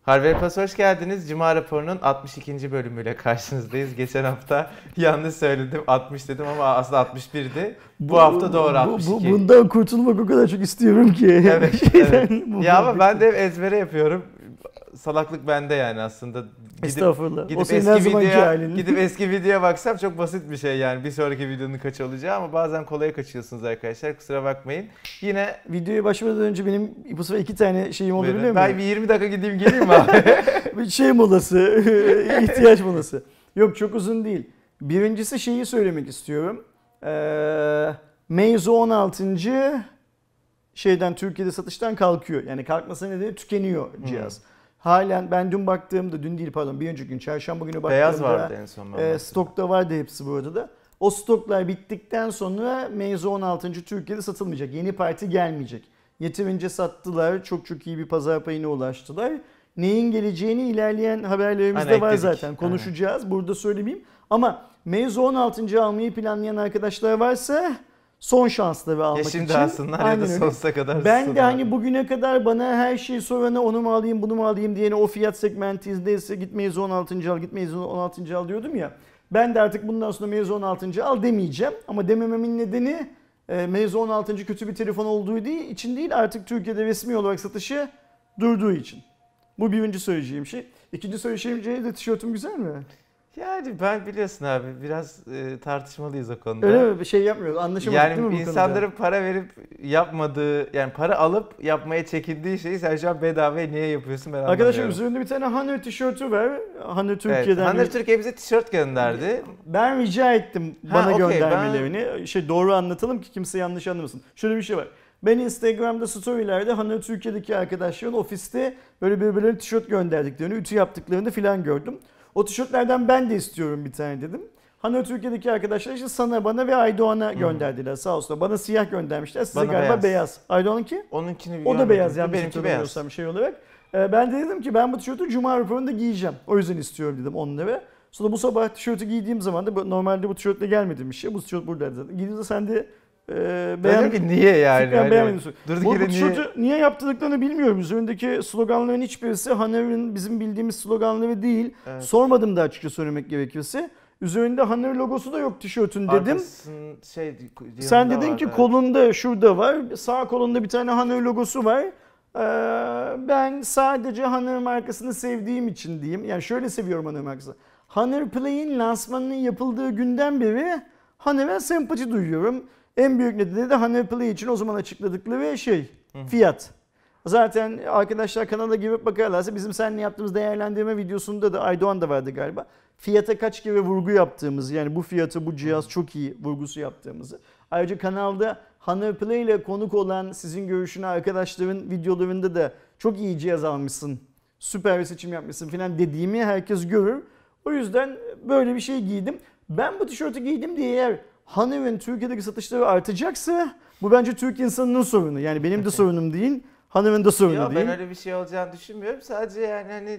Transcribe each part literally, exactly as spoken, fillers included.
Harvard Plus hoş geldiniz. Cuma raporunun altmış ikinci bölümüyle karşınızdayız. Geçen hafta yanlış söyledim, altmış dedim ama aslında altmış birdi. Bu, bu hafta doğru altmış iki. Bu, bu, bundan kurtulmak o kadar çok istiyorum ki. Evet. evet. Ya ama ben de hep ezbere yapıyorum. Salaklık bende yani aslında. Gidip, Estağfurullah. Gidip o senin her zamanki videoya, halin. Gidip eski videoya baksam çok basit bir şey yani. Bir sonraki videonun kaç olacağı ama bazen kolaya kaçıyorsunuz arkadaşlar. Kusura bakmayın. Yine videoya başlamadan önce benim bu sefer iki tane şeyim olabilir mi? Ben bir yirmi dakika gideyim geleyim mi abi? Bir şey molası, ihtiyaç molası. Yok çok uzun değil. Birincisi şeyi söylemek istiyorum. Ee, Meizu on altıncı şeyden Türkiye'de satıştan kalkıyor. Yani kalkması nedeni tükeniyor cihaz. Hmm. Halen ben dün baktığımda, dün değil pardon bir önceki gün çarşamba günü baktığımda Beyaz vardı en son. E, stokta vardı hepsi burada da. O stoklar bittikten sonra Meizu on altıncı Türkiye'de satılmayacak. Yeni parti gelmeyecek. Yeterince sattılar. Çok çok iyi bir pazar payına ulaştılar. Neyin geleceğini ilerleyen haberlerimizde Aynen, var ekledik. zaten. Konuşacağız. Aynen. Burada söylemeyeyim. Ama Meizu on altıncı almayı planlayan arkadaşlar varsa son şansları almak için. Ya şimdi alsınlar ya da sonsuza kadar. Ben de hani bugüne kadar bana her şeyi sorana onu mu alayım bunu mu alayım diyene o fiyat segmentindeyse git Meizu on altıncı al git Meizu on altıncı al diyordum ya. Ben de artık bundan sonra Meizu on altıncı al demeyeceğim. Ama demememin nedeni e, Meizu on altıncı kötü bir telefon olduğu değil, için değil artık Türkiye'de resmi olarak satışı durduğu için. Bu birinci söyleyeceğim şey. İkinci söyleyeceğim şey de tişörtüm güzel mi? Yani ben biliyorsun abi biraz e, tartışmalıyız o konuda. Öyle mi? Bir şey yapmıyoruz. Anlaşamadık yani değil mi bu konuda? Yani insanların para verip yapmadığı, yani para alıp yapmaya çekindiği şeyi sen şu an bedavaya niye yapıyorsun ben anlamıyorum. Arkadaşlar üzerinde bir tane Honor tişörtü var. Honor Türkiye'den. Evet, Honor Türkiye bize tişört gönderdi. Ben rica ettim bana ha, okay, göndermelerini. Ben... Şey doğru anlatalım ki kimse yanlış anlamasın. Şöyle bir şey var. Ben Instagram'da storylerde Honor Türkiye'deki arkadaşların ofiste böyle birbirlerine tişört gönderdiklerini, ütü yaptıklarını filan gördüm. O tişörtlerden ben de istiyorum bir tane dedim. Honor Türkiye'deki arkadaşlar işte sana, bana ve Aydoğan'a gönderdiler hmm. sağ olsun. Bana siyah göndermişler. Size bana galiba beyaz. beyaz. Aydoğan'ınki? Onunkini O da beyaz yanlış hatırlamıyorsam şey olarak. Ben de dedim ki ben bu tişörtü Cuma raporunda giyeceğim. O yüzden istiyorum dedim onları. Sonra bu sabah tişörtü giydiğim zaman da normalde bu tişörtle gelmedim bir şey. Bu tişört buradaydı zaten. Giydiğimde sen de e, beğenmedin. Niye yani? Ben beğenmedim. Durduk bu, yere bu tişörtü niye? niye yaptırdıklarını bilmiyorum. Üzerindeki sloganların hiçbirisi Honor'ın bizim bildiğimiz sloganları değil. Evet. Sormadım da açıkça söylemek gerekirse. Üzerinde Honor logosu da yok tişörtün dedim. Şey, sen dedin var, ki evet. kolunda şurada var. Sağ kolunda bir tane Honor logosu var. Ee, ben sadece Honor markasını sevdiğim için diyeyim. Yani şöyle seviyorum Honor markasını. Honor Play'in lansmanının yapıldığı günden beri Honor'a sempati duyuyorum. En büyük nedeni de Honor Play için o zaman açıkladıkları şey, fiyat. Zaten arkadaşlar kanala girip bakarlarsa bizim seninle yaptığımız değerlendirme videosunda da Aydoğan da vardı galiba. Fiyata kaç kere vurgu yaptığımızı, yani bu fiyatı bu cihaz çok iyi vurgusu yaptığımızı. Ayrıca kanalda Honor Play ile konuk olan sizin görüşünü arkadaşların videolarında da çok iyi cihaz almışsın, süper bir seçim yapmışsın falan dediğimi herkes görür. O yüzden böyle bir şey giydim. Ben bu tişörtü giydim diye eğer Honor'ın Türkiye'deki satışları artacaksa bu bence Türk insanının sorunu. Yani benim de sorunum değil, Honor'ın da sorunu Yok, değil. Ben öyle bir şey olacağını düşünmüyorum. Sadece yani hani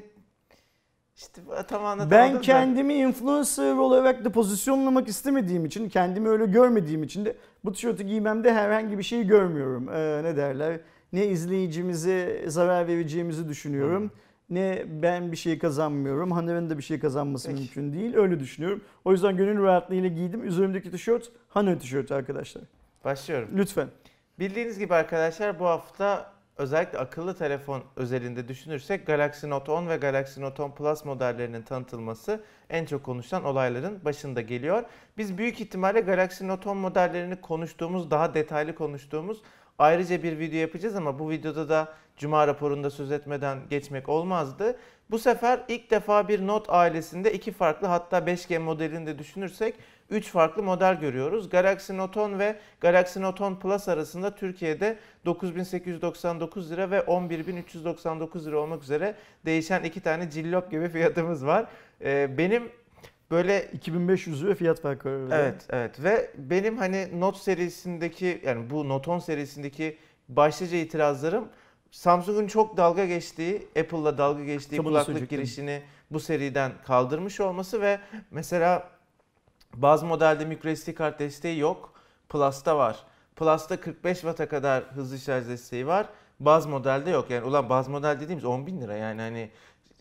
işte tam anlatamadım. Ben kendimi influencer olarak da pozisyonlamak istemediğim için, kendimi öyle görmediğim için de bu tişörtü giymemde herhangi bir şey görmüyorum. Ee, ne derler? Ne izleyicimize zarar vereceğimizi düşünüyorum. Hmm. Ne ben bir şey kazanmıyorum. Honor'ın da bir şey kazanması Peki. mümkün değil. Öyle düşünüyorum. O yüzden gönül rahatlığıyla giydim. Üzerimdeki tişört Honor tişörtü arkadaşlar. Başlıyorum. Lütfen. Bildiğiniz gibi arkadaşlar bu hafta özellikle akıllı telefon özelinde düşünürsek Galaxy Note on ve Galaxy Note on Plus modellerinin tanıtılması en çok konuşulan olayların başında geliyor. Biz büyük ihtimalle Galaxy Note on modellerini konuştuğumuz, daha detaylı konuştuğumuz ayrıca bir video yapacağız ama bu videoda da Cuma raporunda söz etmeden geçmek olmazdı. Bu sefer ilk defa bir Note ailesinde iki farklı, hatta beş G modelini de düşünürsek üç farklı model görüyoruz. Galaxy Note on ve Galaxy Note on Plus arasında Türkiye'de dokuz bin sekiz yüz doksan dokuz lira ve on bir bin üç yüz doksan dokuz lira olmak üzere değişen iki tane cillop gibi fiyatımız var. Ee, benim böyle iki bin beş yüz lira fiyat farkı var. Evet, evet ve benim hani Note serisindeki, yani bu Note on serisindeki başlıca itirazlarım Samsung'un çok dalga geçtiği, Apple'la dalga geçtiği Tabii kulaklık girişini bu seriden kaldırmış olması ve mesela bazı modelde microSD kart desteği yok. Plus'ta var. Plus'ta kırk beş watt'a kadar hızlı şarj desteği var. Bazı modelde yok. Yani ulan bazı model dediğimiz on bin lira yani hani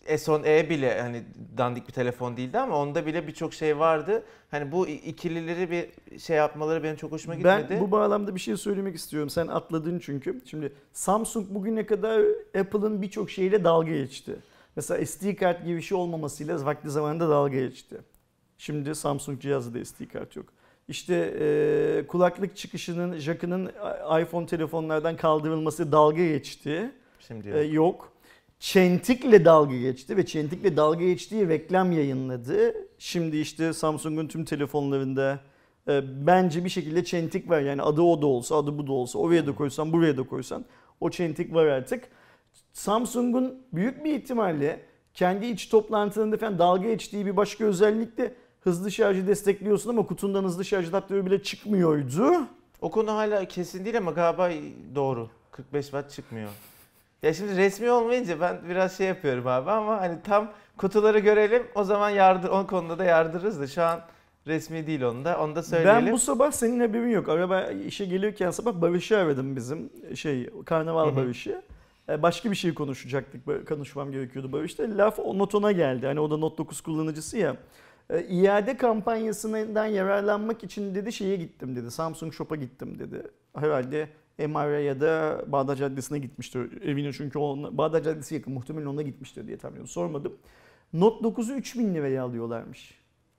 S on e bile hani dandik bir telefon değildi ama onda bile birçok şey vardı. Hani bu ikilileri bir şey yapmaları benim çok hoşuma gitmedi. Ben bu bağlamda bir şey söylemek istiyorum. Sen atladın çünkü. Şimdi Samsung bugüne kadar Apple'ın birçok şeyle dalga geçti. Mesela S D kart gibi bir şey olmamasıyla vakti zamanında dalga geçti. Şimdi Samsung cihazı S D kart yok. İşte e, kulaklık çıkışının, jackının iPhone telefonlardan kaldırılması dalga geçti. Şimdi yok. E, yok. yok. Çentik'le dalga geçti ve Çentik'le dalga geçtiği reklam yayınladı. Şimdi işte Samsung'un tüm telefonlarında e, bence bir şekilde Çentik var. Yani adı o da olsa, adı bu da olsa, oraya da koysan, buraya da koysan o Çentik var artık. Samsung'un büyük bir ihtimalle kendi iç toplantılarında falan dalga geçtiği bir başka özellik de hızlı şarjı destekliyorsun ama kutundan hızlı şarj adaptörü bile çıkmıyordu. O konu hala kesin değil ama galiba doğru. kırk beş watt çıkmıyor. Ya şimdi resmi olmayınca ben biraz şey yapıyorum abi ama hani tam kutuları görelim o zaman yardır, o konuda da yardırırız da şu an resmi değil onu da onu da söyleyelim. Ben bu sabah senin haberin yok. Araba işe gelirken sabah Barış'ı aradım bizim şey Karnaval Hı hı. Barış'ı. Başka bir şey konuşacaktık. Konuşmam gerekiyordu Barış'ta. Laf o Note ona geldi. Hani o da Note dokuz kullanıcısı ya. İade kampanyasından yararlanmak için dedi şeye gittim dedi. Samsung Shop'a gittim dedi. Herhalde M R A ya da Bağdat Caddesi'ne gitmiştir. Evine çünkü ona, Bağdat Caddesi yakın. Muhtemelen ona gitmiştir diye tahmin ediyorum. Sormadım. Note dokuzu üç bin liraya alıyorlarmış.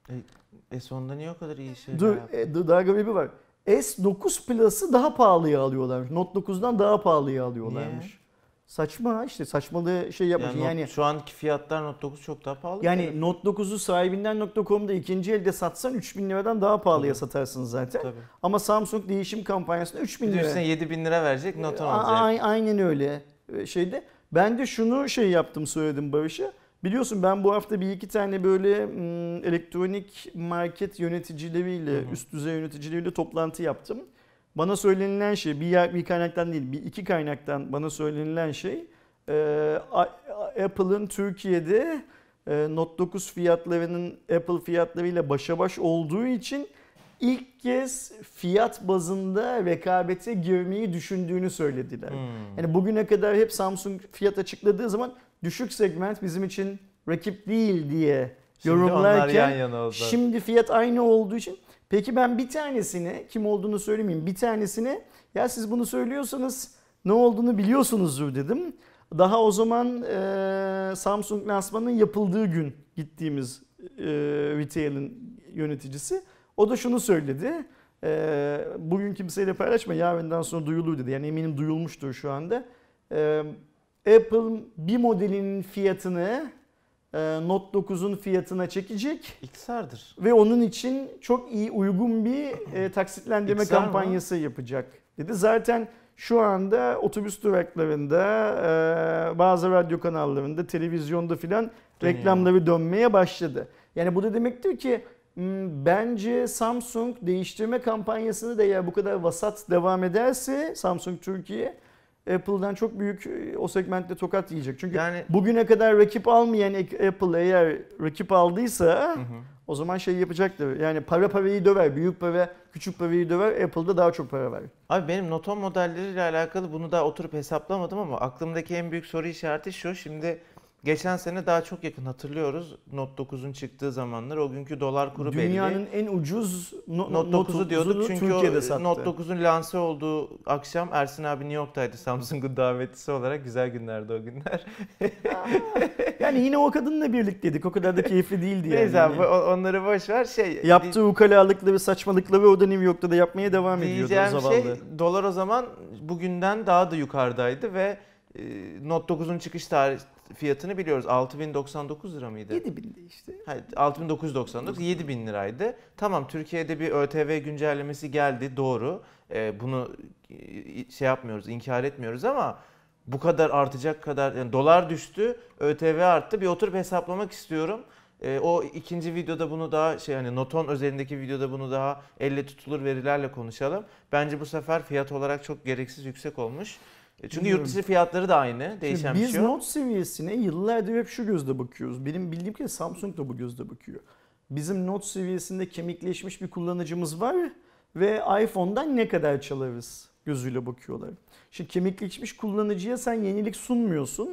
E, S on'da niye o kadar iyi şey Dur, yaptı? e, daha garibi var. S dokuz Plus'ı daha pahalıya alıyorlarmış. Note dokuzdan daha pahalıya alıyorlarmış. Niye? Saçma işte saçmalığı şey yapmış. Yani, Yani, Note- şu anki fiyatlar Note dokuz çok daha pahalı. yani tabii. Note dokuzu sahibinden nokta com'da ikinci elde satsan üç bin liradan daha pahalıya Tabii. satarsın zaten. Tabii. Ama Samsung değişim kampanyasında üç bin Bir de lira. üstüne yedi bin lira verecek Note on A- alacak. a- Aynen öyle şeyde. Ben de şunu şey yaptım söyledim Barış'a. Biliyorsun ben bu hafta bir iki tane böyle m, elektronik market yöneticileriyle, Hı hı. üst düzey yöneticileriyle toplantı yaptım. Bana söylenilen şey bir, yer, bir kaynaktan değil, bir iki kaynaktan bana söylenilen şey e, Apple'ın Türkiye'de e, Note dokuz fiyatlarının Apple fiyatlarıyla başa baş olduğu için ilk kez fiyat bazında rekabete girmeyi düşündüğünü söylediler. Hmm. Yani bugüne kadar hep Samsung fiyat açıkladığı zaman düşük segment bizim için rakip değil diye Şimdi onlar yorumlarken yan yana oldu. şimdi fiyat aynı olduğu için peki ben bir tanesini kim olduğunu söylemeyeyim bir tanesini ya siz bunu söylüyorsanız ne olduğunu biliyorsunuzdur dedim. Daha o zaman e, Samsung lansmanının yapıldığı gün gittiğimiz e, retail'in yöneticisi o da şunu söyledi. E, bugün kimseyle paylaşma yarından sonra duyulur dedi. Yani eminim duyulmuştur şu anda. E, Apple bir modelinin fiyatını e, Note dokuzun fiyatına çekecek. X R'dır. Ve onun için çok iyi uygun bir e, taksitlendirme X R mı? kampanyası yapacak dedi. Zaten şu anda otobüs duraklarında, e, bazı radyo kanallarında, televizyonda filan Dönüyor. reklamları dönmeye başladı. Yani bu da demektir ki m, bence Samsung değiştirme kampanyasını da eğer bu kadar vasat devam ederse Samsung Türkiye Apple'dan çok büyük e, o segmentte tokat yiyecek. Çünkü Yani bugüne kadar rakip almayan Apple eğer rakip aldıysa hı hı. o zaman şey yapacaktır. Yani para parayı döver. Büyük para küçük parayı döver. Apple'da daha çok para var. Abi benim Note on modelleriyle alakalı bunu da oturup hesaplamadım ama aklımdaki en büyük soru işareti şu. Şimdi geçen sene daha çok yakın hatırlıyoruz. Note dokuzun çıktığı zamanlar o günkü dolar kuru belli. Dünyanın en ucuz no, Note dokuzu diyorduk çünkü Türkiye'de o sattı. Note dokuzun lanse olduğu akşam Ersin abi New York'taydı Samsung'un davetlisi olarak. Güzel günlerdi o günler. Yani yine o kadınla birlikteydik. O kadar da keyifli değildi yani. Neyse abi Yani o- onları boş ver. Şey, yaptığı ukalalıkları, saçmalıkları o da New York'ta da yapmaya devam ediyordu o diyeceğim zavallı. şey dolar o zaman bugünden daha da yukarıdaydı ve e, Note dokuzun çıkış tarih fiyatını biliyoruz. altı bin doksan dokuz lira mıydı? yedi binde işte. Hayır, altı bin dokuz yüz doksan dokuz, yedi bin liraydı. Tamam Türkiye'de bir ÖTV güncellemesi geldi doğru. Ee, bunu e, şey yapmıyoruz, inkar etmiyoruz ama bu kadar artacak kadar yani dolar düştü, ÖTV arttı. Bir oturup hesaplamak istiyorum. Ee, o ikinci videoda bunu daha şey hani Note on özelindeki videoda bunu daha elle tutulur verilerle konuşalım. Bence bu sefer fiyat olarak çok gereksiz yüksek olmuş. E, Çünkü Bilmiyorum. yurt dışı fiyatları da aynı. Değişen Şimdi bir biz şey yok. Note seviyesine yıllardır hep şu gözle bakıyoruz. Benim bildiğim ki Samsung da bu gözle bakıyor. Bizim Note seviyesinde kemikleşmiş bir kullanıcımız var ve iPhone'dan ne kadar çalarız gözüyle bakıyorlar. Şimdi kemikleşmiş kullanıcıya sen yenilik sunmuyorsun.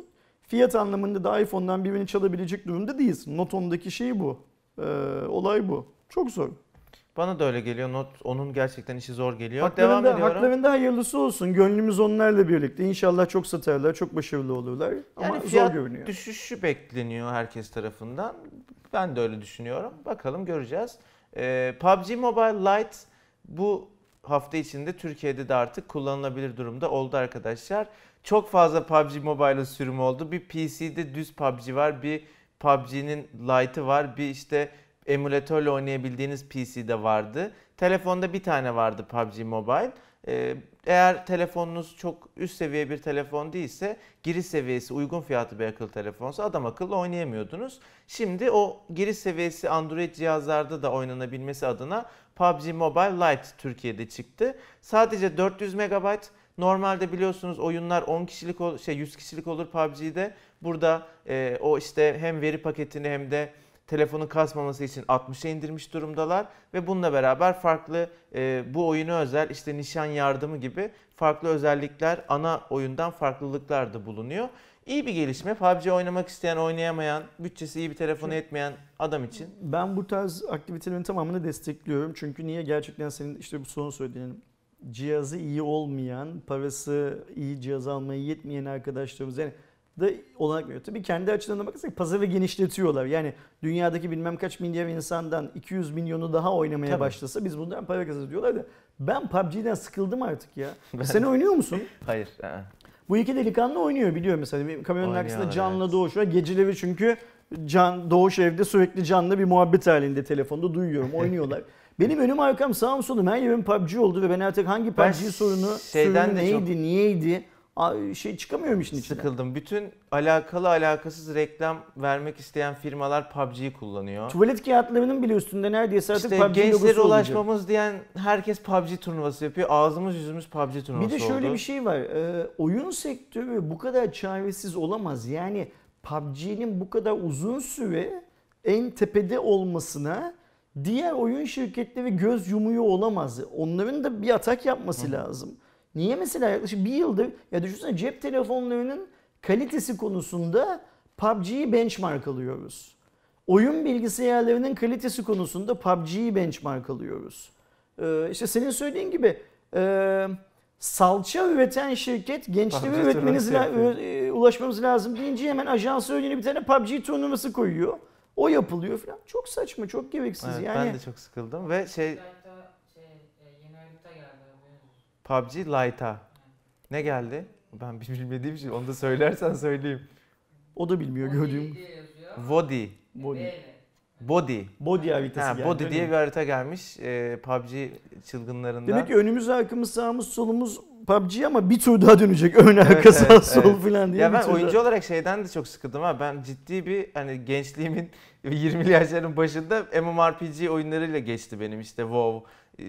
fiyat anlamında da iPhone'dan birini çalabilecek durumda değilsin. Note ondaki şey bu. Ee, olay bu. Çok zor. Bana da öyle geliyor. Not onun gerçekten işi zor geliyor. Haklarında, Devam ediyorum. haklarında hayırlısı olsun. Gönlümüz onlarla birlikte. İnşallah çok satarlar, çok başarılı olurlar. Ama Yani zor fiyat görünüyor. düşüşü bekleniyor herkes tarafından. Ben de öyle düşünüyorum. Bakalım, göreceğiz. Ee, P U B G Mobile Lite bu hafta içinde Türkiye'de de artık kullanılabilir durumda oldu arkadaşlar. Çok fazla P U B G Mobile'ın sürümü oldu. Bir P C'de düz P U B G var, bir P U B G'nin Lite'ı var, bir işte emülatörle oynayabildiğiniz P C'de vardı. Telefonda bir tane vardı P U B G Mobile. Ee, eğer telefonunuz çok üst seviye bir telefon değilse, giriş seviyesi uygun fiyatlı bir akıllı telefonsa adam akıllı oynayamıyordunuz. Şimdi o giriş seviyesi Android cihazlarda da oynanabilmesi adına P U B G Mobile Lite Türkiye'de çıktı. Sadece dört yüz megabayt. Normalde biliyorsunuz oyunlar on kişilik ol, şey yüz kişilik olur P U B G'de. Burada e, o işte hem veri paketini hem de telefonun kasmaması için altmışa indirmiş durumdalar ve bununla beraber farklı e, bu oyuna özel işte nişan yardımı gibi farklı özellikler, ana oyundan farklılıklar da bulunuyor. İyi bir gelişme. P U B G oynamak isteyen, oynayamayan, bütçesi iyi bir telefonu etmeyen adam için. Ben bu tarz aktivitelerin tamamını destekliyorum. Çünkü niye? Gerçekten senin işte bu son söylediğin cihazı iyi olmayan, parası iyi cihaz almaya yetmeyen arkadaşlarımız yani da olanak veriyor. Tabii kendi açılarına bakarsak pazarı genişletiyorlar. Yani dünyadaki bilmem kaç milyar insandan iki yüz milyonu daha oynamaya Tabii. başlasa biz bundan para kazanırız diyorlar da ben P U B G'den sıkıldım artık ya. Sen oynuyor musun? Hayır. He. Bu iki delikanlı oynuyor biliyor mesela. Bir kameranın Oynuyorlar, arkasında Can'la evet. Doğuş var. Geceleri çünkü Can, Doğuş evde sürekli Can'la bir muhabbet halinde telefonda duyuyorum. Oynuyorlar. Benim önüm arkam sağım solum her yerim P U B G oldu ve ben artık hangi P U B G Ben sorunu, şeyden sorunu de neydi, çok- niyeydi a- şey çıkamıyorum işin içinden. Sıkıldım. Bütün alakalı alakasız reklam vermek isteyen firmalar P U B G'yi kullanıyor. Tuvalet kağıtlarının bile üstünde neredeyse artık İşte P U B G gençlere logosu olacak. ulaşmamız diyen herkes P U B G turnuvası yapıyor. Ağzımız yüzümüz P U B G turnuvası Bir oldu. de şöyle bir şey var. Ee, oyun sektörü bu kadar çaresiz olamaz. Yani P U B G'nin bu kadar uzun süre en tepede olmasına diğer oyun şirketleri göz yumuyor olamaz. Onların da bir atak yapması Hı. lazım. Niye mesela yaklaşık bir yıldır ya düşünsene cep telefonlarının kalitesi konusunda P U B G'yi benchmark alıyoruz. Oyun bilgisayarlarının kalitesi konusunda P U B G'yi benchmark alıyoruz. Ee, işte senin söylediğin gibi e, salça üreten şirket gençlere P U B G üretmeniz turnuvası la- yapıyor. e, ulaşmamız lazım deyince hemen ajansa önüne bir tane P U B G turnuvası koyuyor. O yapılıyor falan. Çok saçma, çok gereksiz Evet, yani. ben de çok sıkıldım ve şey Lite'a şey, e, yeni harita geldi haberiniz olsun. P U B G Lite'a ne geldi? Ben bilmediğim için onu da söylersen söyleyeyim. O da bilmiyor Body gördüğüm. diye yazıyor. Body. Body. B ile. Body. Body haritası Ha, geldi. Body öyle diye mi? bir harita gelmiş e, P U B G çılgınlarından. Demek ki önümüz arkamız sağımız solumuz P U B G ama bir tur daha dönecek. Ön arka Evet, sağ evet, sol evet. falan diye Ya bir ben tur oyuncu daha. olarak şeyden de çok sıkıldım ha. Ben ciddi bir hani gençliğimin yirmili yaşların başında MMORPG oyunlarıyla geçti benim işte WoW.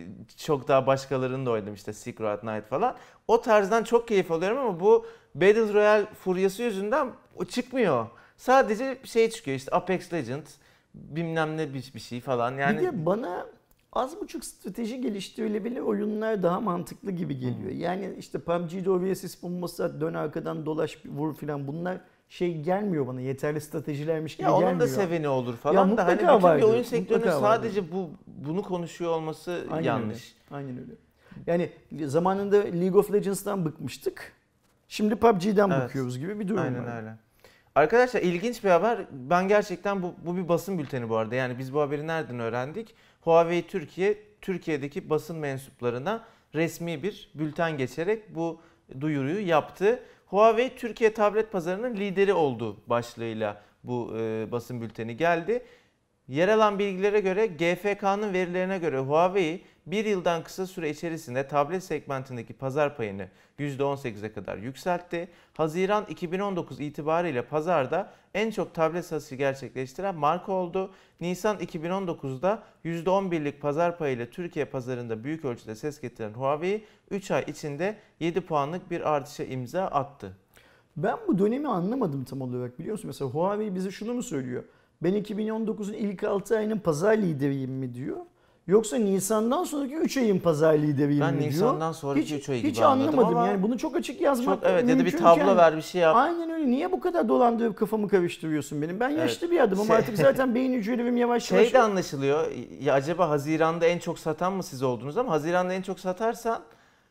Çok daha başkalarını da oynadım işte Secret at Night falan. O tarzdan çok keyif alıyorum ama bu Battle Royale furyası yüzünden o çıkmıyor. Sadece şey çıkıyor işte Apex Legends bilmem ne bir, bir şey falan yani. Bir de bana az buçuk strateji geliştirilebilir oyunlar daha mantıklı gibi geliyor. Hmm. Yani işte P U B G'de O V S bulması, dön arkadan dolaş vur falan bunlar şey gelmiyor bana. Yeterli stratejilermiş gibi Ya onun gelmiyor. da seveni olur Ya falan da hani mutlaka bütün bir vardır, oyun sektörünün mutlaka vardır. sadece bu bunu konuşuyor olması Aynen yanlış. Öyle. Aynen öyle. Yani zamanında League of Legends'tan bıkmıştık. Şimdi P U B G'den Evet. bıkıyoruz gibi bir durum Aynen var. öyle. Arkadaşlar ilginç bir haber. Ben gerçekten bu, bu bir basın bülteni bu arada. Yani biz bu haberi nereden öğrendik? Huawei Türkiye, Türkiye'deki basın mensuplarına resmi bir bülten geçerek bu duyuruyu yaptı. Huawei Türkiye tablet pazarının lideri oldu başlığıyla bu e, basın bülteni geldi. Yer alan bilgilere göre G F K'nın verilerine göre Huawei bir yıldan kısa süre içerisinde tablet segmentindeki pazar payını yüzde on sekize kadar yükseltti. Haziran iki bin on dokuz itibariyle pazarda en çok tablet satışı gerçekleştiren marka oldu. Nisan iki bin on dokuzda yüzde on birlik pazar payıyla Türkiye pazarında büyük ölçüde ses getiren Huawei üç ay içinde yedi puanlık bir artışa imza attı. Ben bu dönemi anlamadım tam olarak biliyor musun? Mesela Huawei bize şunu mu söylüyor? Ben iki bin on dokuzun ilk altı ayının pazar lideriyim mi diyor. Yoksa Nisan'dan sonraki üç ayın pazar lideri Ben mi diyor? Nisan'dan sonraki Hiç, üç ay hiç gibi anladım anlamadım ama yani bunu çok açık yazmak çok evet ya da bir mümkünken- tablo ver bir şey yap. Aynen öyle. Niye bu kadar dolandırıp kafamı karıştırıyorsun benim? Ben Evet. yaşlı bir adamım Şey- artık zaten beyin hücrelerim yavaş yavaş. Şey de anlaşılıyor. Ya acaba Haziran'da en çok satan mı siz oldunuz ama Haziran'da en çok satarsan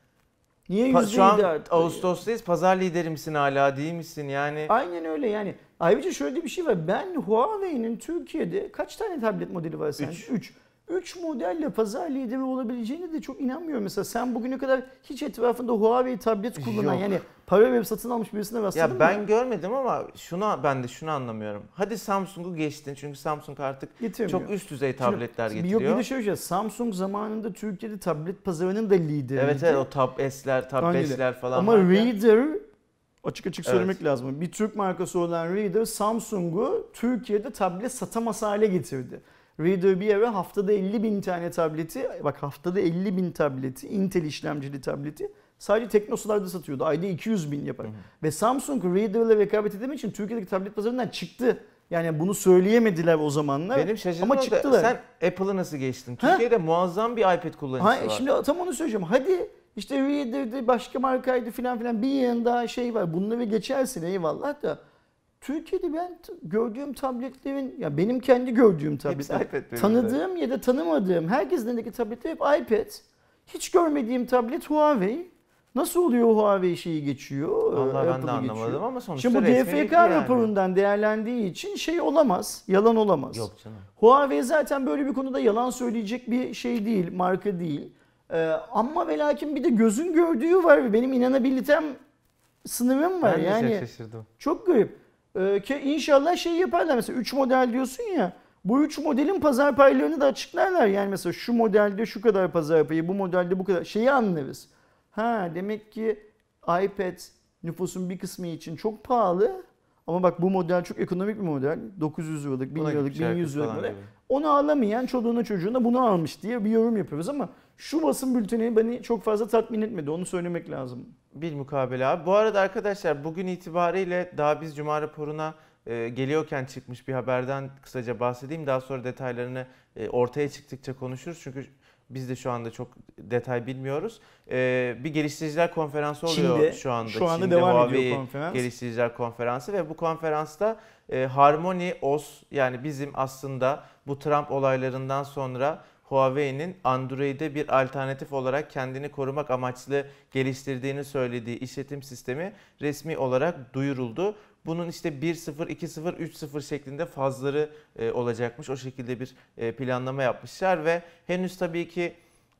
Niye pa- yüzde şu an yedi arttı? Ağustos'tayız. Pazar lideri misin hala değil misin? Yani Aynen öyle yani. Ayrıca şöyle bir şey var. Ben Huawei'nin Türkiye'de kaç tane tablet modeli var sence? Üç. üç. üç modelle pazar lideri olabileceğine de çok inanmıyorum. Mesela sen bugüne kadar hiç etrafında Huawei tablet kullanan Yok. yani para verip satın almış birisine rastladın ya mı? ben görmedim ama şunu ben de şunu anlamıyorum. Hadi Samsung'u geçtin çünkü Samsung artık Getirmiyor. çok üst düzey Şimdi, tabletler Yok getiriyor. bir de şöyle bir şey. Samsung zamanında Türkiye'de tablet pazarının da lideriydi. Evet evet o Tab S'ler, Tab Aynen. beşler falan Ama varken- Reader açık açık Evet. söylemek lazım. Bir Türk markası olan Reader Samsung'u Türkiye'de tablet satamaz hale getirdi. Reader bir ara haftada elli bin tane tableti, bak haftada elli bin tableti, Intel işlemcili tableti sadece Teknosa'larda satıyordu. Ayda iki yüz bin yapar. Hı hı. Ve Samsung Reader'la rekabet edemek için Türkiye'deki tablet pazarından çıktı. Yani bunu söyleyemediler o zamanlar. Benim şaşırdığım ama o da çıktılar. sen Apple'ı nasıl geçtin? Türkiye'de muazzam bir iPad kullanıcısı Ha, var. şimdi tam onu söyleyeceğim. Hadi işte Reader'de başka markaydı filan filan bir yığın daha şey var. Bunları geçersin eyvallah da. Türkiye'de ben t- gördüğüm tabletlerin, ya benim kendi gördüğüm Hepsi tabletler, iPad benim de. tanıdığım ya da tanımadığım herkesin elindeki tabletler hep iPad. Hiç görmediğim tablet Huawei. Nasıl oluyor Huawei şeyi geçiyor? Vallahi ben de Apple'ı anlamadım geçiyor? ama sonuçta Şimdi bu resmi G F bilgi K yani. raporundan değerlendiği için şey olamaz, yalan olamaz. Yok canım. Huawei zaten böyle bir konuda yalan söyleyecek bir şey değil, marka değil. Ee, ama ve lakin bir de gözün gördüğü var ve benim inanabilitem sınırım var. Ben de yani çok şaşırdım. çok garip. Ee, ki inşallah şey yaparlar mesela üç model diyorsun ya. Bu üç modelin pazar paylarını da açıklarlar. Yani mesela şu modelde şu kadar pazar payı, bu modelde bu kadar. Şeyi anlarız. Ha demek ki iPad nüfusun bir kısmı için çok pahalı. Ama bak bu model çok ekonomik bir model. dokuz yüz liralık, bin Buna liralık, gitmiş bin yüz herkes liralık falan model. gibi. Onu alamayan çoluğuna çocuğuna bunu almış diye bir yorum yapıyoruz ama şu basın bülteni beni çok fazla tatmin etmedi. Onu söylemek lazım. Bilmukabele abi. Bu arada arkadaşlar bugün itibariyle daha biz Cuma raporuna e, geliyorken çıkmış bir haberden kısaca bahsedeyim. Daha sonra detaylarını e, ortaya çıktıkça konuşuruz. Çünkü biz de şu anda çok detay bilmiyoruz. E, bir geliştiriciler konferansı oluyor Çin'de, şu anda. şu anda Çin'de devam ediyor Huawei konferans. Geliştiriciler Konferansı ve bu konferansta e, Harmony O S yani bizim aslında bu Trump olaylarından sonra Huawei'nin Android'e bir alternatif olarak kendini korumak amaçlı geliştirdiğini söylediği işletim sistemi resmi olarak duyuruldu. Bunun işte bir nokta sıfır, iki nokta sıfır, üç nokta sıfır şeklinde fazları e, olacakmış. O şekilde bir e, planlama yapmışlar ve henüz tabii ki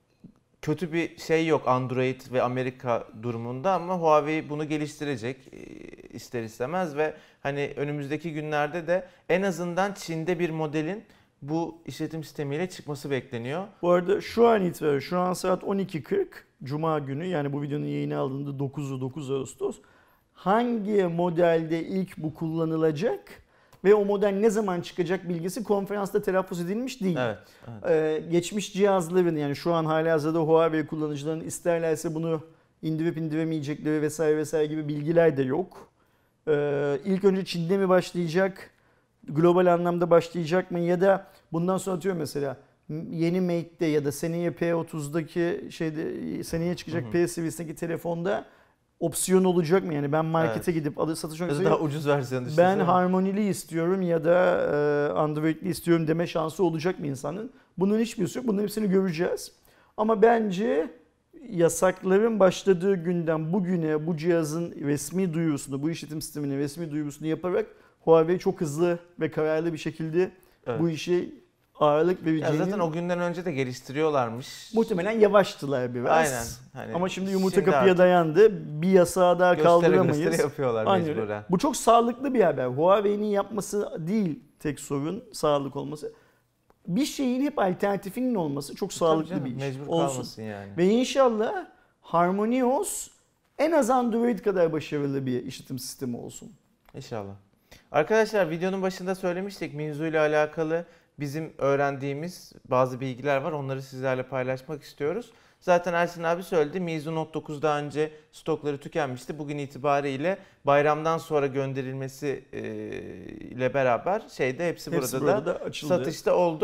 kötü bir şey yok Android ve Amerika durumunda ama Huawei bunu geliştirecek e, ister istemez ve hani önümüzdeki günlerde de en azından Çin'de bir modelin bu işletim sistemiyle çıkması bekleniyor. Bu arada şu an itibariyle şu an saat on iki kırk Cuma günü yani bu videonun yayını aldığında dokuzu dokuz Ağustos. Hangi modelde ilk bu kullanılacak ve o model ne zaman çıkacak bilgisi konferansta telaffuz edilmiş değil. Evet. evet. Ee, geçmiş cihazların yani şu an halihazırda Huawei kullanıcılarının isterlerse bunu indirip indiremeyecekleri vesaire vesaire gibi bilgiler de yok. Ee, ilk önce Çin'de mi başlayacak? Global anlamda başlayacak mı? Ya da bundan sonra atıyorum mesela yeni Mate'de ya da seneye P otuz'daki şeyde seneye çıkacak Hı hı. P seviyesindeki telefonda opsiyon olacak mı? Yani ben markete gidip alı satış Ya da noktasına daha ucuz versiyonu ben düşünsene. harmonili istiyorum ya da e, Android'li istiyorum deme şansı olacak mı insanın? Bunun hiçbirisi yok. Bunların hepsini göreceğiz. Ama bence yasakların başladığı günden bugüne bu cihazın resmi duyurusunu, bu işletim sisteminin resmi duyurusunu yaparak Huawei çok hızlı ve kararlı bir şekilde Evet. bu işe ağırlık Ya vereceğini zaten o günden önce de geliştiriyorlarmış. muhtemelen yavaştılar biraz. Aynen. Hani Ama şimdi yumurta şimdi kapıya artık dayandı. Bir yasağı daha göstere kaldıramayız. göstere yapıyorlar Aynen öyle. mecburen. Bu çok sağlıklı bir haber. Huawei'nin yapması değil tek sorun sağlık olması. Bir şeyin hep alternatifinin olması çok sağlıklı Tabii bir canım, iş. mecbur Olsun. kalmasın yani. Ve inşallah Harmony O S en az Android kadar başarılı bir işletim sistemi olsun. İnşallah. Arkadaşlar videonun başında söylemiştik Meizu ile alakalı bizim öğrendiğimiz bazı bilgiler var. Onları sizlerle paylaşmak istiyoruz. Zaten Ersin abi söyledi. Meizu Note dokuz daha önce stokları tükenmişti. Bugün itibariyle bayramdan sonra gönderilmesi e, ile beraber şeyde hepsi, Hepsi burada, burada da da açıldı. satışta oldu.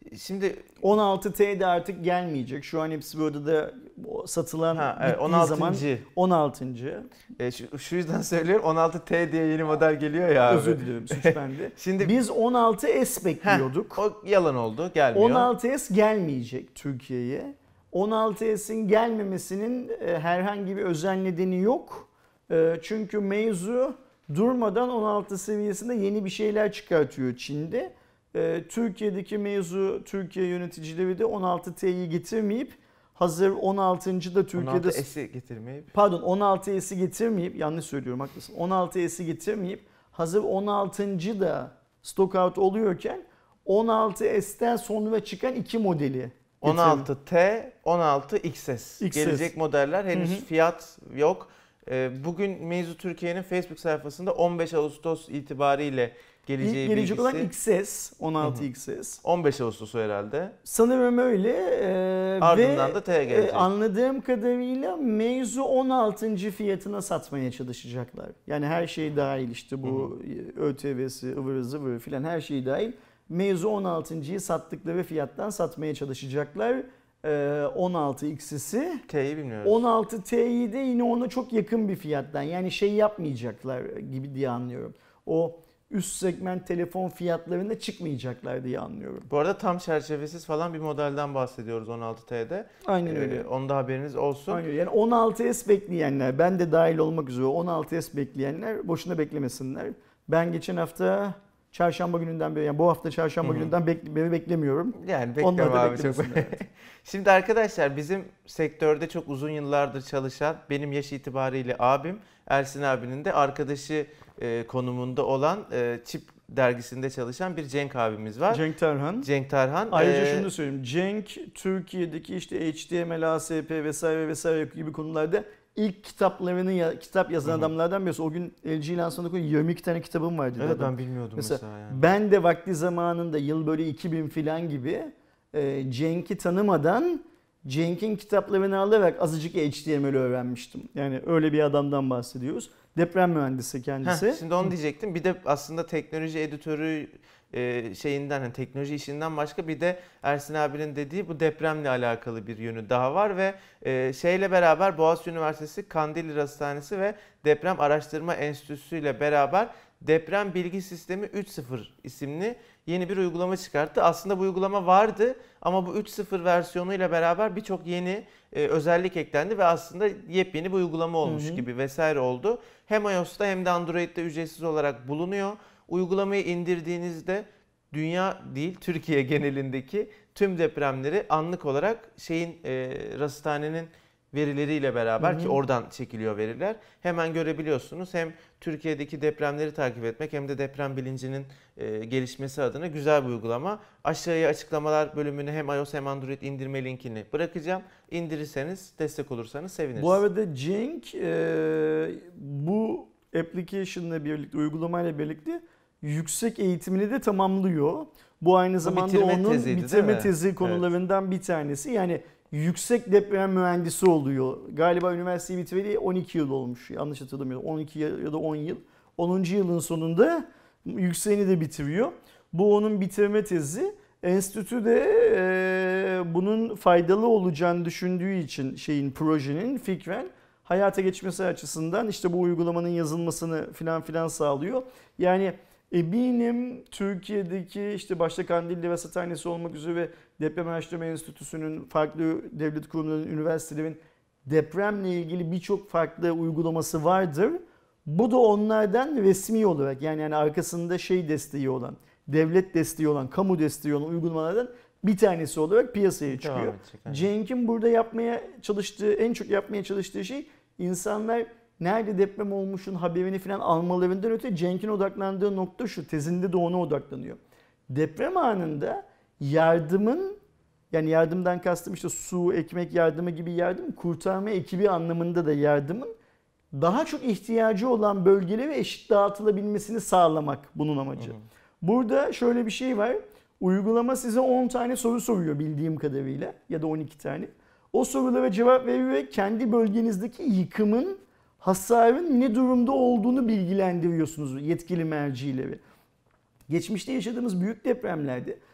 Şimdi on altı T de artık gelmeyecek. Şu an hepsi burada da satılan ha, evet, bittiği on altıncı zaman on altıncı. E, şu, şu yüzden söylüyorum, on altı T diye yeni model geliyor ya abi. Özür dilerim, suç bende. Şimdi Biz on altı S bekliyorduk. Heh, o yalan oldu, gelmiyor. on altı S gelmeyecek Türkiye'ye. on altı S'in gelmemesinin e, herhangi bir özel nedeni yok. E, çünkü mevzu durmadan on altı seviyesinde yeni bir şeyler çıkartıyor Çin'de. E, Türkiye'deki mevzu, Türkiye yöneticileri de on altı T'yi getirmeyip hazır on altıncı da Türkiye'de... on altı S'i getirmeyip. Pardon, on altı S'i getirmeyip, yanlış söylüyorum haklısın. on altı S'i getirmeyip hazır on altıncı da stock out oluyorken on altı S'ten sonra çıkan iki modeli. on altı T, on altı X S. X S. Gelecek modeller, henüz Hı hı. fiyat yok. Ee, Bugün Meizu Türkiye'nin Facebook sayfasında on beş Ağustos itibariyle geleceği İlk gelecek bilgisi. olan X S, on altı Hı hı. X S. on beş Ağustos herhalde. Sanırım öyle. Ee, Ardından ve, da T gelecek. e, anladığım kadarıyla Meizu on altıncı fiyatına satmaya çalışacaklar. Yani her şey dahil, işte bu ÖTV'si, ıvırı zıvırı filan her şey dahil. Meizu on altıncıyı sattıkları fiyattan satmaya çalışacaklar. Ee, on altı X S'i. T'yi bilmiyoruz. on altı T'yi de yine ona çok yakın bir fiyattan. Yani şey yapmayacaklar gibi diye anlıyorum. O üst segment telefon fiyatlarında çıkmayacaklar diye anlıyorum. Bu arada tam çerçevesiz falan bir modelden bahsediyoruz on altı T'de. Aynen öyle. Ee, onda haberiniz olsun. Aynen. Yani on altı S bekleyenler, ben de dahil olmak üzere on altı S bekleyenler boşuna beklemesinler. Ben geçen hafta çarşamba gününden beri, yani bu hafta çarşamba Hı hı. gününden bek, beri beklemiyorum. Yani Onlar bekliyorum da abi çok. beklemesinler, evet. Şimdi arkadaşlar, bizim sektörde çok uzun yıllardır çalışan, benim yaş itibariyle abim, Ersin abinin de arkadaşı e, konumunda olan e, Çip dergisinde çalışan bir Cenk abimiz var. Cenk Tarhan. Cenk Tarhan. Ayrıca Ee, şunu da söyleyeyim. Cenk Türkiye'deki işte H T M L, A S P vesaire vesaire gibi konularda ilk kitaplarını ya, kitap yazan Hı hı. adamlardan birisi. O gün L G lansmanında yirmi iki tane kitabım vardı. Evet, adam. ben bilmiyordum Mesela, mesela, yani. Ben de vakti zamanında yıl böyle iki bin filan gibi e, Cenk'i tanımadan Cenk'in kitaplarını alarak azıcık H T M L öğrenmiştim. Yani öyle bir adamdan bahsediyoruz. Deprem mühendisi kendisi. Heh, şimdi onu diyecektim. Bir de aslında teknoloji editörü e, şeyinden, hani teknoloji işinden başka bir de Ersin abinin dediği bu depremle alakalı bir yönü daha var ve e, şeyle beraber Boğaziçi Üniversitesi Kandilli Hastanesi ve Deprem Araştırma Enstitüsü ile beraber Deprem Bilgi Sistemi üç nokta sıfır isimli yeni bir uygulama çıkarttı. Aslında bu uygulama vardı ama bu üç nokta sıfır versiyonuyla beraber birçok yeni e, özellik eklendi ve aslında yepyeni bir uygulama olmuş Hı hı. gibi vesaire oldu. Hem iOS'ta hem de Android'de ücretsiz olarak bulunuyor. Uygulamayı indirdiğinizde dünya değil, Türkiye genelindeki tüm depremleri anlık olarak şeyin e, rasathanenin verileriyle beraber, Hı hı. ki oradan çekiliyor veriler, hemen görebiliyorsunuz. Hem Türkiye'deki depremleri takip etmek hem de deprem bilincinin e, gelişmesi adına güzel bir uygulama. Aşağıya açıklamalar bölümüne hem iOS hem Android indirme linkini bırakacağım. İndirirseniz, destek olursanız seviniriz. Bu arada Cenk e, bu application'la birlikte, uygulamayla birlikte yüksek eğitimini de tamamlıyor. Bu aynı zamanda bitirme onun teziydi, değil bitirme mi? tezi konularından bir tanesi. Yani yüksek deprem mühendisi oluyor. Galiba üniversiteyi bitireli on iki yıl olmuş. Yanlış hatırlamıyorum. on iki ya da on yıl. onuncu yılın sonunda yükseğini de bitiriyor. Bu onun bitirme tezi. Enstitü de e, bunun faydalı olacağını düşündüğü için şeyin, projenin fikren hayata geçmesi açısından işte bu uygulamanın yazılmasını filan filan sağlıyor. Yani eminim Türkiye'deki işte başta Kandilli Rasathanesi olmak üzere Deprem Araştırma Enstitüsü'nün, farklı devlet kurumlarının, üniversitelerin depremle ilgili birçok farklı uygulaması vardır. Bu da onlardan resmi olarak, yani, yani arkasında şey desteği olan, devlet desteği olan, kamu desteği olan uygulamalardan bir tanesi olarak piyasaya çıkıyor. Devam edecek, yani. Cenk'in burada yapmaya çalıştığı, en çok yapmaya çalıştığı şey, insanlar nerede deprem olmuşun haberini falan almalarından öte Cenk'in odaklandığı nokta şu, tezinde de ona odaklanıyor. Deprem anında yardımın, yani yardımdan kastım işte su, ekmek yardımı gibi yardım, kurtarma ekibi anlamında da yardımın daha çok ihtiyacı olan bölgelere eşit dağıtılabilmesini sağlamak bunun amacı. Hı hı. Burada şöyle bir şey var. Uygulama size on tane soru soruyor bildiğim kadarıyla, ya da on iki tane. O sorulara cevap veriyor ve kendi bölgenizdeki yıkımın, hasarın ne durumda olduğunu bilgilendiriyorsunuz yetkili mercileri. Geçmişte yaşadığımız büyük depremlerde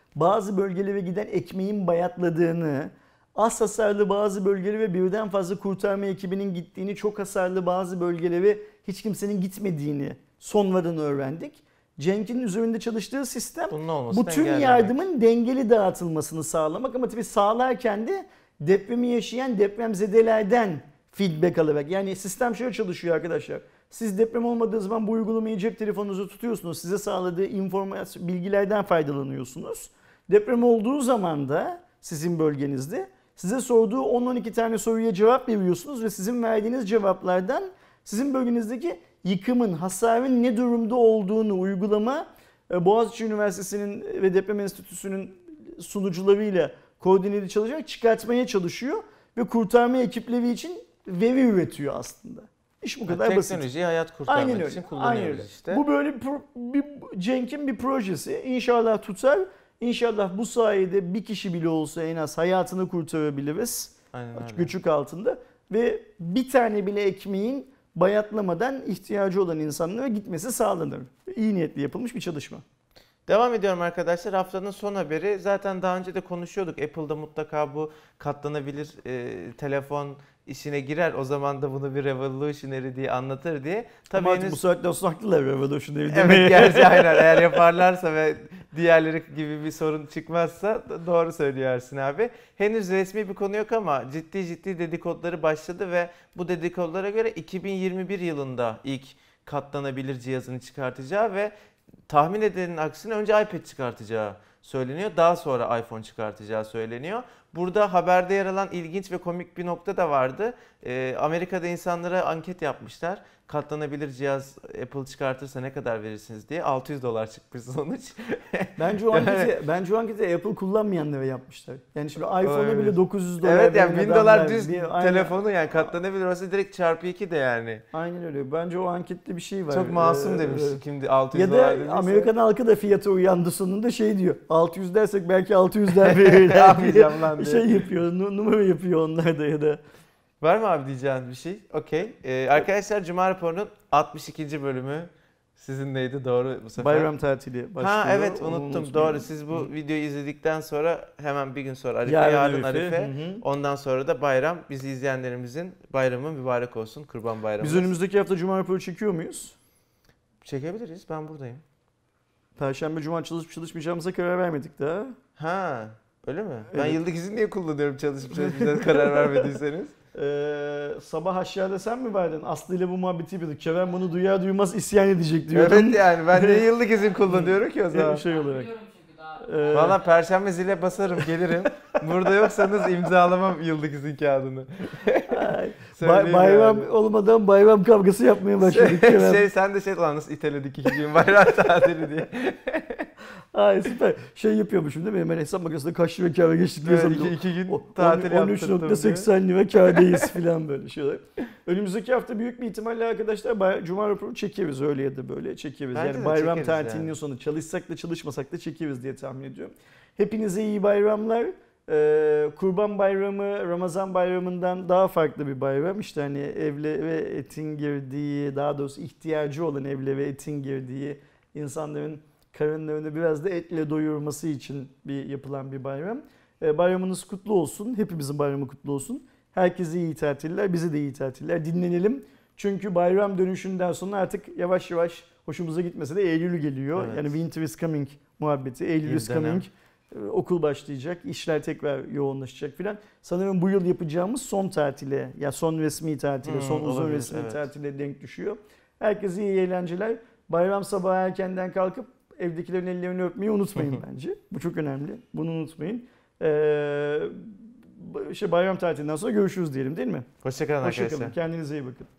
bazı bölgelere giden ekmeğin bayatladığını, az hasarlı bazı bölgeleri ve birden fazla kurtarma ekibinin gittiğini, çok hasarlı bazı bölgelere hiç kimsenin gitmediğini sonradan öğrendik. Cenk'in üzerinde çalıştığı sistem Bunun olmasını bu tüm engellemek. yardımın dengeli dağıtılmasını sağlamak ama tabii sağlarken de depremi yaşayan depremzedelerden feedback alarak. Yani sistem şöyle çalışıyor arkadaşlar. Siz deprem olmadığı zaman bu uygulamayı cep telefonunuza tutuyorsunuz. Size sağladığı informasyon, bilgilerden faydalanıyorsunuz. Deprem olduğu zaman da sizin bölgenizde size sorduğu on on iki tane soruya cevap veriyorsunuz ve sizin verdiğiniz cevaplardan sizin bölgenizdeki yıkımın, hasarın ne durumda olduğunu uygulama Boğaziçi Üniversitesi'nin ve Deprem Enstitüsü'nün sunucularıyla koordineli çalışarak çıkartmaya çalışıyor ve kurtarma ekipleri için veri üretiyor aslında. İş bu kadar yani basit. teknolojiyi hayat kurtarmak Aynen öyle. için Aynen kullanıyoruz öyle. işte. Bu böyle bir, pro- bir Cenk'in bir projesi. İnşallah tutar. İnşallah bu sayede bir kişi bile olsa en az hayatını kurtarabiliriz. Aynen öyle. Göçük altında. Ve bir tane bile ekmeğin bayatlamadan ihtiyacı olan insanlara gitmesi sağlanır. İyi niyetli yapılmış bir çalışma. Devam ediyorum arkadaşlar. Haftanın son haberi. Zaten daha önce de konuşuyorduk. Apple'da mutlaka bu katlanabilir e, telefon işine girer. O zaman da bunu bir revolutionary diye anlatır diye. Tabii Ama artık henüz... bu saatten sonra haklılar revolutionary demeye. Evet, gerçi aynen, eğer yaparlarsa ve diğerleri gibi bir sorun çıkmazsa doğru söylüyor Ersin abi. Henüz resmi bir konu yok ama ciddi ciddi dedikoduları başladı ve bu dedikodulara göre iki bin yirmi bir yılında ilk katlanabilir cihazını çıkartacağı ve tahmin edilenin aksine önce iPad çıkartacağı söyleniyor. Daha sonra iPhone çıkartacağı söyleniyor. Burada haberde yer alan ilginç ve komik bir nokta da vardı. Ee, Amerika'da insanlara anket yapmışlar. Katlanabilir cihaz Apple çıkartırsa ne kadar verirsiniz diye. altı yüz dolar çıkmış sonuç. Bence o Yani- anketi, bence o anketi Apple kullanmayanlara yapmışlar. Yani şimdi iPhone'a Olabilir. bile dokuz yüz dolar Evet, yani veren bin dolar adamlar, düz bir- aynen- telefonu, yani katlanabilir olsa direkt çarpı iki de yani. Aynen öyle. Bence o ankette bir şey var. Çok masum Ee, demiş. evet. Şimdi altı yüz Ya dolar da dediyse. Amerikan halkı da fiyata uyandı sonunda şey diyor. altı yüz dersek belki altı yüzler verirler diye Yapmayacağım lan diye. şey yapıyor. nu- Numara yapıyor onlar da ya da. Var mı abi diyeceğiniz bir şey? Okey. Ee, arkadaşlar Cuma raporunun altmış ikinci bölümü sizinleydi, doğru bu sefer. Bayram tatili başlıyor. Ha evet, Onu unuttum, unutmayın. doğru. Siz bu Hı. videoyu izledikten sonra hemen bir gün sonra Arife, Yarın yarın, Arife, Arife. hı hı. Ondan sonra da bayram. Bizi izleyenlerimizin bayramı mübarek olsun. Kurban bayramı. Biz önümüzdeki hafta Cuma raporu çekiyor muyuz? Çekebiliriz, ben buradayım. Perşembe, Cuma çalışıp çalışmayacağımıza karar vermedik daha. Ha öyle mi? Ben Evet. yıllık izin niye kullanıyorum çalışıp çalışmayacağız karar vermediyseniz? Ee, sabah aşağıda sen mi verdin? Aslı ile bu muhabbeti yapıyorduk. Kerem bunu duyar duymaz isyan edecek diyordun. Evet, yani ben niye yıllık izin kullanıyorum ki o zaman? Şey olarak. Biliyorum çünkü daha. Ee, Valla perşembe zile basarım, gelirim. Burada yoksanız imzalamam yıllık izin kağıdını. Ay, Söyleyeyim bay- bayram yani. olmadan bayram kavgası yapmaya başladık. Kerem. şey, sen de şey lan nasıl iteledik iki gün bayram tatili diye. Ay süper. Şey yapıyormuşum değil mi? Hemen hesap makinesinde kaç lira kâra geçtik diye Evet, hesaplıyordum. iki, iki gün O- tatil on üç yaptırdım nokta seksen lira kârdayız falan böyle şeyler. Önümüzdeki hafta büyük bir ihtimalle arkadaşlar bay- Cuma raporu çekeriz öyle ya da böyle çekeriz. Bence Yani de bayram çekeriz tatilinin yani. sonu çalışsak da çalışmasak da çekeriz diye tahmin ediyorum. Hepinize iyi bayramlar. Ee, Kurban Bayramı Ramazan Bayramı'ndan daha farklı bir bayram. İşte hani evle ve etin girdiği, daha doğrusu ihtiyacı olan evle ve etin girdiği, insanların karınlarını biraz da etle doyurması için bir yapılan bir bayram. Ee, bayramınız kutlu olsun. Hepimizin bayramı kutlu olsun. Herkese iyi tatiller, bize de iyi tatiller. Dinlenelim. Çünkü bayram dönüşünden sonra artık yavaş yavaş hoşumuza gitmese de Eylül geliyor. Evet. Yani winter is coming muhabbeti. Eylül is Bir dönem. coming. Ee, Okul başlayacak, işler tekrar yoğunlaşacak filan. Sanırım bu yıl yapacağımız son tatile, ya son resmi tatile, Hmm, son uzun olabilir, resmi evet. tatile denk düşüyor. Herkese iyi eğlenceler. Bayram sabahı erkenden kalkıp evdekilerin ellerini öpmeyi unutmayın bence. Bu çok önemli. Bunu unutmayın. Ee, işte bayram tatilinden sonra görüşürüz diyelim değil mi? Hoşçakalın arkadaşlar. Hoşçakalın. Kendinize iyi bakın.